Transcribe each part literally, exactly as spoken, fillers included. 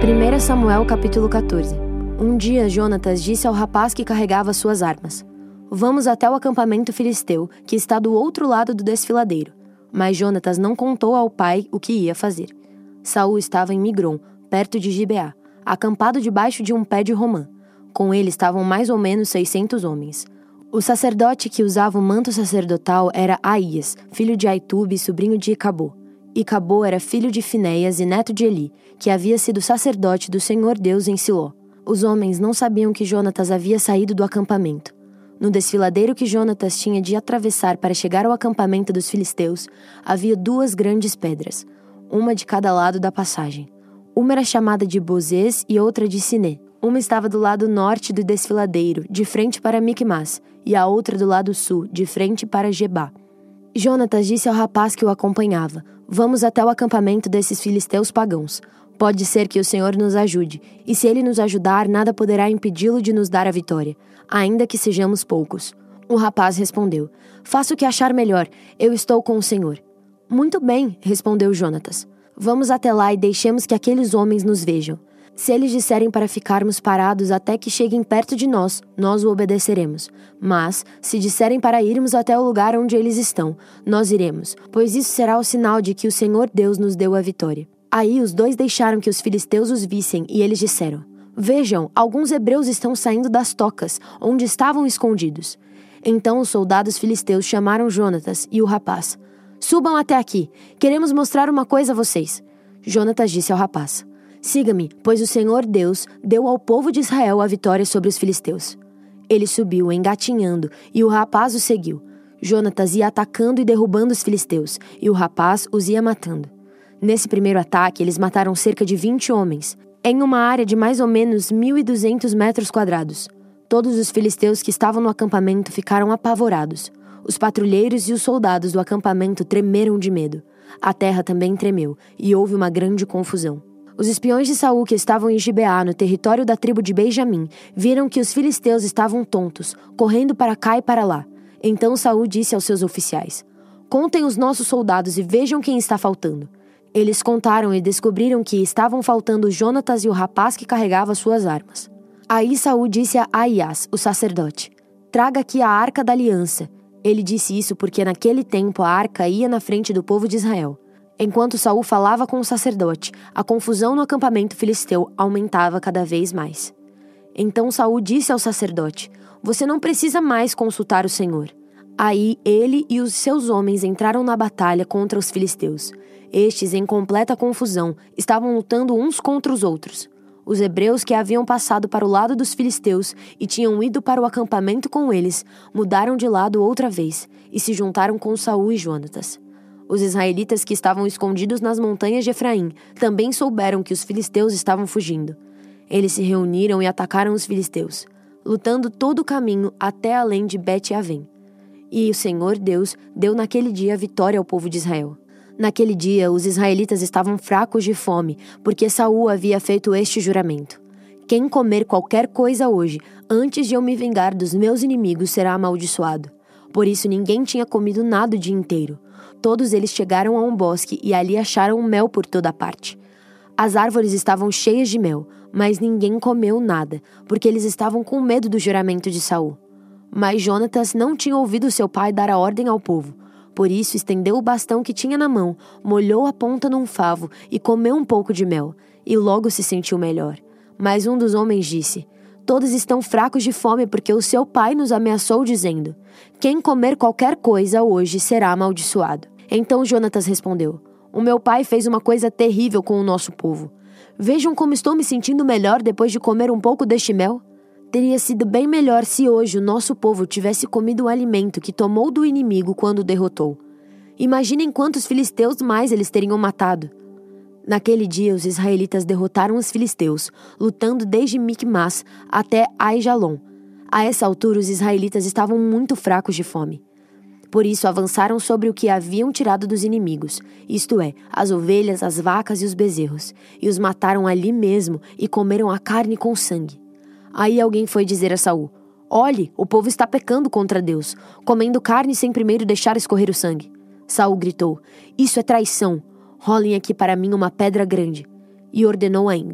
primeiro Samuel capítulo quatorze. Um dia Jonatas disse ao rapaz que carregava suas armas: "Vamos até o acampamento filisteu, que está do outro lado do desfiladeiro." Mas Jonatas não contou ao pai o que ia fazer. Saul estava em Migron, perto de Gibeá, acampado debaixo de um pé de romã. Com ele estavam mais ou menos seiscentos homens. O sacerdote que usava o manto sacerdotal era Aías, filho de Aitube e sobrinho de Icabô. Icabô era filho de Finéias e neto de Eli, que havia sido sacerdote do Senhor Deus em Siló. Os homens não sabiam que Jonatas havia saído do acampamento. No desfiladeiro que Jonatas tinha de atravessar para chegar ao acampamento dos filisteus, havia duas grandes pedras, uma de cada lado da passagem. Uma era chamada de Bozez e outra de Siné. Uma estava do lado norte do desfiladeiro, de frente para Micmas, e a outra do lado sul, de frente para Gebá. Jonatas disse ao rapaz que o acompanhava: "Vamos até o acampamento desses filisteus pagãos. Pode ser que o Senhor nos ajude, e se ele nos ajudar, nada poderá impedi-lo de nos dar a vitória, ainda que sejamos poucos." O rapaz respondeu: "Faça o que achar melhor, eu estou com o Senhor." "Muito bem," respondeu Jonatas. "Vamos até lá e deixemos que aqueles homens nos vejam. Se eles disserem para ficarmos parados até que cheguem perto de nós, nós o obedeceremos. Mas, se disserem para irmos até o lugar onde eles estão, nós iremos, pois isso será o sinal de que o Senhor Deus nos deu a vitória." Aí os dois deixaram que os filisteus os vissem, e eles disseram: "Vejam, alguns hebreus estão saindo das tocas, onde estavam escondidos." Então os soldados filisteus chamaram Jonatas e o rapaz: "Subam até aqui, queremos mostrar uma coisa a vocês." Jonatas disse ao rapaz: "Siga-me, pois o Senhor Deus deu ao povo de Israel a vitória sobre os filisteus." Ele subiu, engatinhando, e o rapaz o seguiu. Jonatas ia atacando e derrubando os filisteus, e o rapaz os ia matando. Nesse primeiro ataque, eles mataram cerca de vinte homens, em uma área de mais ou menos mil e duzentos metros quadrados. Todos os filisteus que estavam no acampamento ficaram apavorados. Os patrulheiros e os soldados do acampamento tremeram de medo. A terra também tremeu, e houve uma grande confusão. Os espiões de Saul que estavam em Gibeá, no território da tribo de Benjamim, viram que os filisteus estavam tontos, correndo para cá e para lá. Então Saul disse aos seus oficiais: "Contem os nossos soldados e vejam quem está faltando." Eles contaram e descobriram que estavam faltando Jonatas e o rapaz que carregava suas armas. Aí Saul disse a Aías, o sacerdote: "Traga aqui a arca da aliança." Ele disse isso porque naquele tempo a arca ia na frente do povo de Israel. Enquanto Saul falava com o sacerdote, a confusão no acampamento filisteu aumentava cada vez mais. Então Saul disse ao sacerdote: "Você não precisa mais consultar o Senhor." Aí ele e os seus homens entraram na batalha contra os filisteus. Estes, em completa confusão, estavam lutando uns contra os outros. Os hebreus que haviam passado para o lado dos filisteus e tinham ido para o acampamento com eles, mudaram de lado outra vez e se juntaram com Saul e Jonatas. Os israelitas que estavam escondidos nas montanhas de Efraim também souberam que os filisteus estavam fugindo. Eles se reuniram e atacaram os filisteus, lutando todo o caminho até além de Bet-Avém. E o Senhor Deus deu naquele dia vitória ao povo de Israel. Naquele dia, os israelitas estavam fracos de fome, porque Saul havia feito este juramento: "Quem comer qualquer coisa hoje, antes de eu me vingar dos meus inimigos, será amaldiçoado." Por isso ninguém tinha comido nada o dia inteiro. Todos eles chegaram a um bosque e ali acharam mel por toda parte. As árvores estavam cheias de mel, mas ninguém comeu nada, porque eles estavam com medo do juramento de Saul. Mas Jonatas não tinha ouvido seu pai dar a ordem ao povo. Por isso estendeu o bastão que tinha na mão, molhou a ponta num favo e comeu um pouco de mel, e logo se sentiu melhor. Mas um dos homens disse: "Todos estão fracos de fome porque o seu pai nos ameaçou dizendo: 'Quem comer qualquer coisa hoje será amaldiçoado.'" Então Jonatas respondeu: "O meu pai fez uma coisa terrível com o nosso povo. Vejam como estou me sentindo melhor depois de comer um pouco deste mel. Teria sido bem melhor se hoje o nosso povo tivesse comido o alimento que tomou do inimigo quando o derrotou. Imaginem quantos filisteus mais eles teriam matado." Naquele dia, os israelitas derrotaram os filisteus, lutando desde Micmas até Aijalon. A essa altura, os israelitas estavam muito fracos de fome. Por isso, avançaram sobre o que haviam tirado dos inimigos, isto é, as ovelhas, as vacas e os bezerros, e os mataram ali mesmo e comeram a carne com sangue. Aí alguém foi dizer a Saul: "Olhe, o povo está pecando contra Deus, comendo carne sem primeiro deixar escorrer o sangue." Saul gritou: "Isso é traição. Rolem aqui para mim uma pedra grande." E ordenou ainda: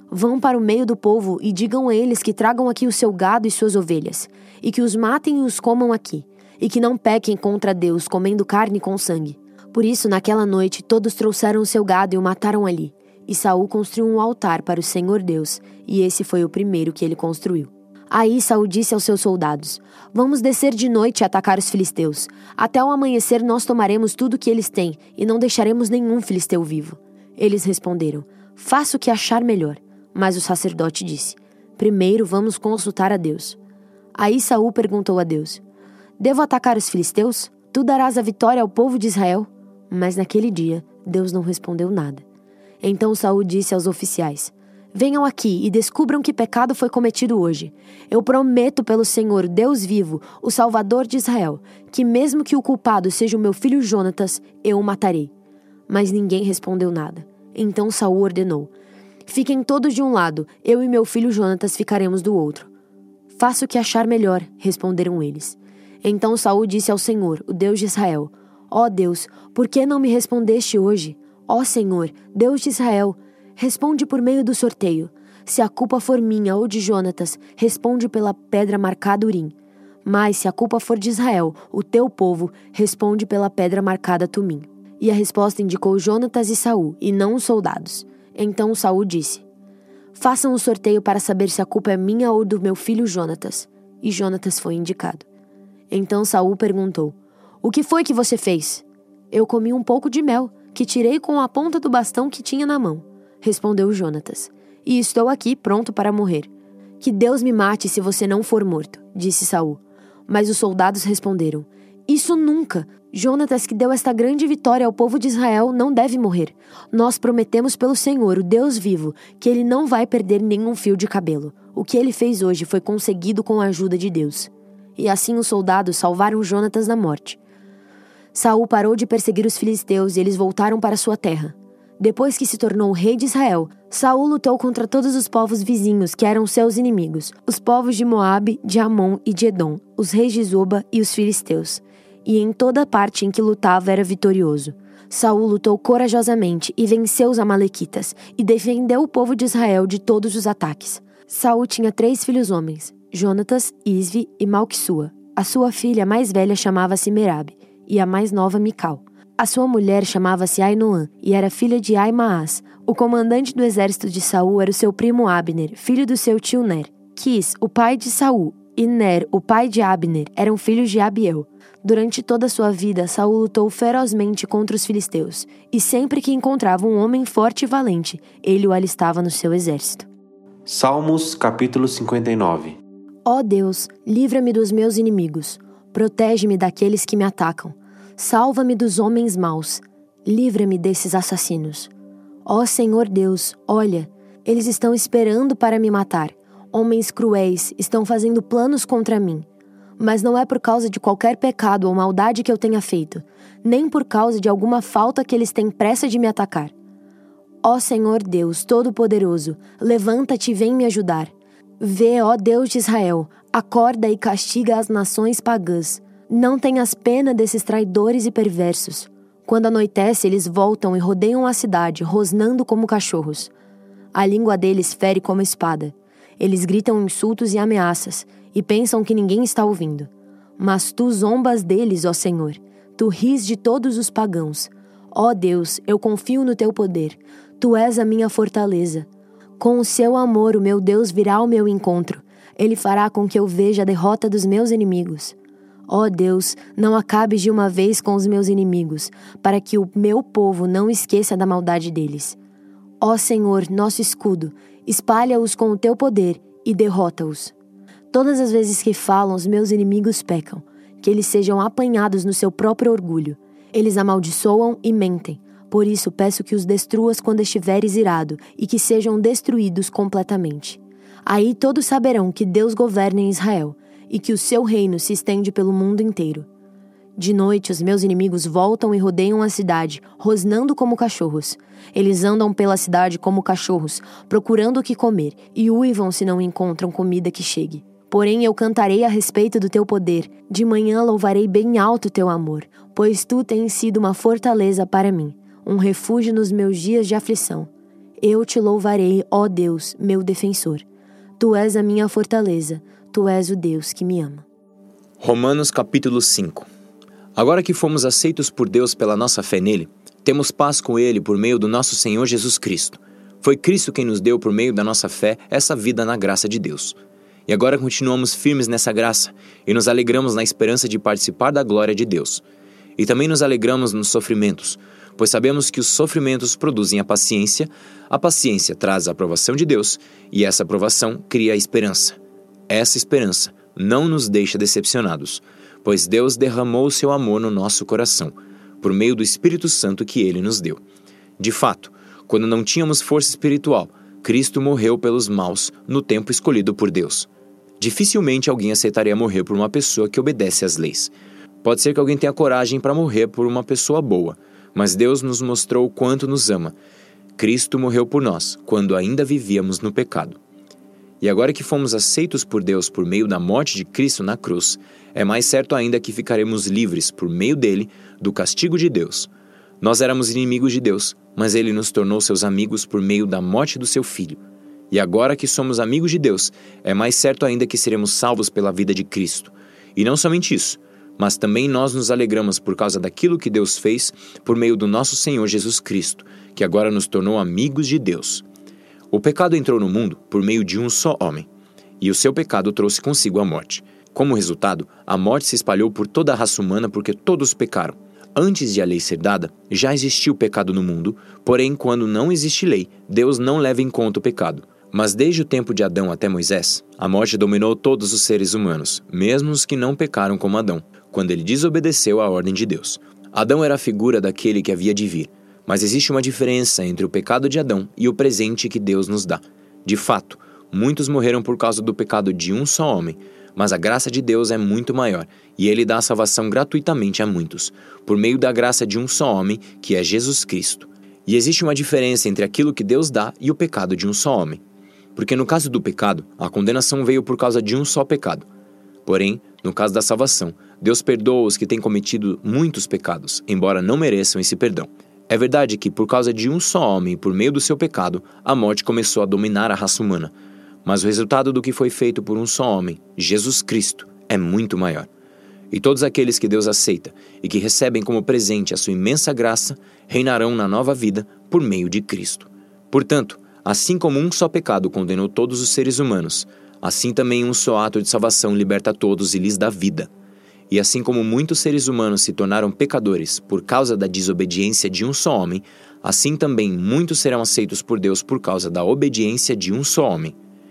Vão para o meio do povo e digam a eles que tragam aqui o seu gado e suas ovelhas, e que os matem e os comam aqui, e que não pequem contra Deus comendo carne com sangue. Por isso, naquela noite, todos trouxeram o seu gado e o mataram ali. E Saul construiu um altar para o Senhor Deus, e esse foi o primeiro que ele construiu. Aí Saul disse aos seus soldados: Vamos descer de noite e atacar os filisteus. Até o amanhecer nós tomaremos tudo o que eles têm, e não deixaremos nenhum filisteu vivo. Eles responderam: Faça o que achar melhor. Mas o sacerdote disse: Primeiro vamos consultar a Deus. Aí Saul perguntou a Deus: Devo atacar os filisteus? Tu darás a vitória ao povo de Israel? Mas naquele dia Deus não respondeu nada. Então Saul disse aos oficiais: Venham aqui e descubram que pecado foi cometido hoje. Eu prometo pelo Senhor, Deus vivo, o Salvador de Israel, que mesmo que o culpado seja o meu filho Jonatas, eu o matarei. Mas ninguém respondeu nada. Então Saul ordenou: Fiquem todos de um lado, eu e meu filho Jonatas ficaremos do outro. Faça o que achar melhor, responderam eles. Então Saul disse ao Senhor, o Deus de Israel: Ó Deus, por que não me respondeste hoje? Ó Senhor, Deus de Israel, responde por meio do sorteio. Se a culpa for minha ou de Jonatas, responde pela pedra marcada Urim. Mas se a culpa for de Israel, o teu povo, responde pela pedra marcada Tumim. E a resposta indicou Jonatas e Saul, e não os soldados. Então Saul disse: Façam o sorteio para saber se a culpa é minha ou do meu filho Jonatas. E Jonatas foi indicado. Então Saul perguntou: O que foi que você fez? Eu comi um pouco de mel, que tirei com a ponta do bastão que tinha na mão, respondeu Jonatas, e estou aqui pronto para morrer. Que Deus me mate se você não for morto, disse Saul. Mas os soldados responderam: Isso nunca! Jonatas, que deu esta grande vitória ao povo de Israel, não deve morrer. Nós prometemos pelo Senhor, o Deus vivo, que ele não vai perder nenhum fio de cabelo. O que ele fez hoje foi conseguido com a ajuda de Deus. E assim os soldados salvaram Jonatas da morte. Saul parou de perseguir os filisteus e eles voltaram para sua terra. Depois que se tornou rei de Israel, Saul lutou contra todos os povos vizinhos que eram seus inimigos, os povos de Moabe, de Amon e de Edom, os reis de Zoba e os filisteus. E em toda parte em que lutava era vitorioso. Saul lutou corajosamente e venceu os amalequitas e defendeu o povo de Israel de todos os ataques. Saul tinha três filhos homens, Jonatas, Isvi e Malquissua. A sua filha mais velha chamava-se Merabe e a mais nova Mical. A sua mulher chamava-se Ainoã e era filha de Aimaas. O comandante do exército de Saul era o seu primo Abner, filho do seu tio Ner. Quis, o pai de Saul, e Ner, o pai de Abner, eram filhos de Abiel. Durante toda a sua vida, Saul lutou ferozmente contra os filisteus, e sempre que encontrava um homem forte e valente, ele o alistava no seu exército. Salmos, capítulo cinquenta e nove. Ó Deus, livra-me dos meus inimigos, protege-me daqueles que me atacam, salva-me dos homens maus, livra-me desses assassinos. Ó Senhor Deus, olha, eles estão esperando para me matar, homens cruéis estão fazendo planos contra mim. Mas não é por causa de qualquer pecado ou maldade que eu tenha feito, nem por causa de alguma falta que eles têm pressa de me atacar. Ó Senhor Deus Todo-Poderoso, levanta-te e vem me ajudar. Vê, ó Deus de Israel, acorda e castiga as nações pagãs. Não tenhas pena desses traidores e perversos. Quando anoitece, eles voltam e rodeiam a cidade, rosnando como cachorros. A língua deles fere como espada. Eles gritam insultos e ameaças, e pensam que ninguém está ouvindo. Mas tu zombas deles, ó Senhor. Tu ris de todos os pagãos. Ó Deus, eu confio no teu poder. Tu és a minha fortaleza. Com o seu amor, o meu Deus virá ao meu encontro. Ele fará com que eu veja a derrota dos meus inimigos. Ó Deus, não acabes de uma vez com os meus inimigos, para que o meu povo não esqueça da maldade deles. Ó Senhor, nosso escudo, espalha-os com o teu poder e derrota-os. Todas as vezes que falam, os meus inimigos pecam, que eles sejam apanhados no seu próprio orgulho. Eles amaldiçoam e mentem, por isso peço que os destruas quando estiveres irado e que sejam destruídos completamente. Aí todos saberão que Deus governa em Israel e que o seu reino se estende pelo mundo inteiro. De noite os meus inimigos voltam e rodeiam a cidade, rosnando como cachorros. Eles andam pela cidade como cachorros, procurando o que comer, e uivam se não encontram comida que chegue. Porém eu cantarei a respeito do teu poder, de manhã louvarei bem alto o teu amor, pois tu tens sido uma fortaleza para mim, um refúgio nos meus dias de aflição. Eu te louvarei, ó Deus, meu defensor. Tu és a minha fortaleza, tu és o Deus que me ama. Romanos capítulo cinco. Agora que fomos aceitos por Deus pela nossa fé nele, temos paz com ele por meio do nosso Senhor Jesus Cristo. Foi Cristo quem nos deu por meio da nossa fé essa vida na graça de Deus. E agora continuamos firmes nessa graça e nos alegramos na esperança de participar da glória de Deus. E também nos alegramos nos sofrimentos, pois sabemos que os sofrimentos produzem a paciência, a paciência traz a aprovação de Deus, e essa aprovação cria a esperança. Essa esperança não nos deixa decepcionados, pois Deus derramou o seu amor no nosso coração, por meio do Espírito Santo que Ele nos deu. De fato, quando não tínhamos força espiritual, Cristo morreu pelos maus no tempo escolhido por Deus. Dificilmente alguém aceitaria morrer por uma pessoa que obedece às leis. Pode ser que alguém tenha coragem para morrer por uma pessoa boa, mas Deus nos mostrou o quanto nos ama. Cristo morreu por nós, quando ainda vivíamos no pecado. E agora que fomos aceitos por Deus por meio da morte de Cristo na cruz, é mais certo ainda que ficaremos livres, por meio dele, do castigo de Deus. Nós éramos inimigos de Deus, mas ele nos tornou seus amigos por meio da morte do seu Filho. E agora que somos amigos de Deus, é mais certo ainda que seremos salvos pela vida de Cristo. E não somente isso, mas também nós nos alegramos por causa daquilo que Deus fez por meio do nosso Senhor Jesus Cristo, que agora nos tornou amigos de Deus. O pecado entrou no mundo por meio de um só homem, e o seu pecado trouxe consigo a morte. Como resultado, a morte se espalhou por toda a raça humana porque todos pecaram. Antes de a lei ser dada, já existia o pecado no mundo, porém, quando não existe lei, Deus não leva em conta o pecado. Mas desde o tempo de Adão até Moisés, a morte dominou todos os seres humanos, mesmo os que não pecaram como Adão, quando ele desobedeceu à ordem de Deus. Adão era a figura daquele que havia de vir, mas existe uma diferença entre o pecado de Adão e o presente que Deus nos dá. De fato, muitos morreram por causa do pecado de um só homem, mas a graça de Deus é muito maior, e ele dá a salvação gratuitamente a muitos, por meio da graça de um só homem, que é Jesus Cristo. E existe uma diferença entre aquilo que Deus dá e o pecado de um só homem. Porque no caso do pecado, a condenação veio por causa de um só pecado. Porém, no caso da salvação, Deus perdoa os que têm cometido muitos pecados, embora não mereçam esse perdão. É verdade que, por causa de um só homem e por meio do seu pecado, a morte começou a dominar a raça humana. Mas o resultado do que foi feito por um só homem, Jesus Cristo, é muito maior. E todos aqueles que Deus aceita e que recebem como presente a sua imensa graça, reinarão na nova vida por meio de Cristo. Portanto, assim como um só pecado condenou todos os seres humanos, assim também um só ato de salvação liberta todos e lhes dá vida. E assim como muitos seres humanos se tornaram pecadores por causa da desobediência de um só homem, assim também muitos serão aceitos por Deus por causa da obediência de um só homem.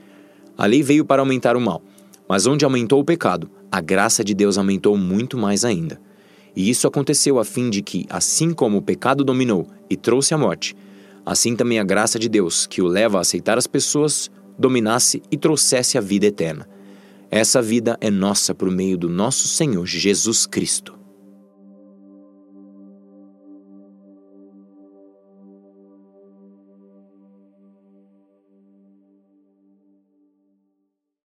A lei veio para aumentar o mal, mas onde aumentou o pecado, a graça de Deus aumentou muito mais ainda. E isso aconteceu a fim de que, assim como o pecado dominou e trouxe a morte, assim também a graça de Deus, que o leva a aceitar as pessoas, dominasse e trouxesse a vida eterna. Essa vida é nossa por meio do nosso Senhor Jesus Cristo.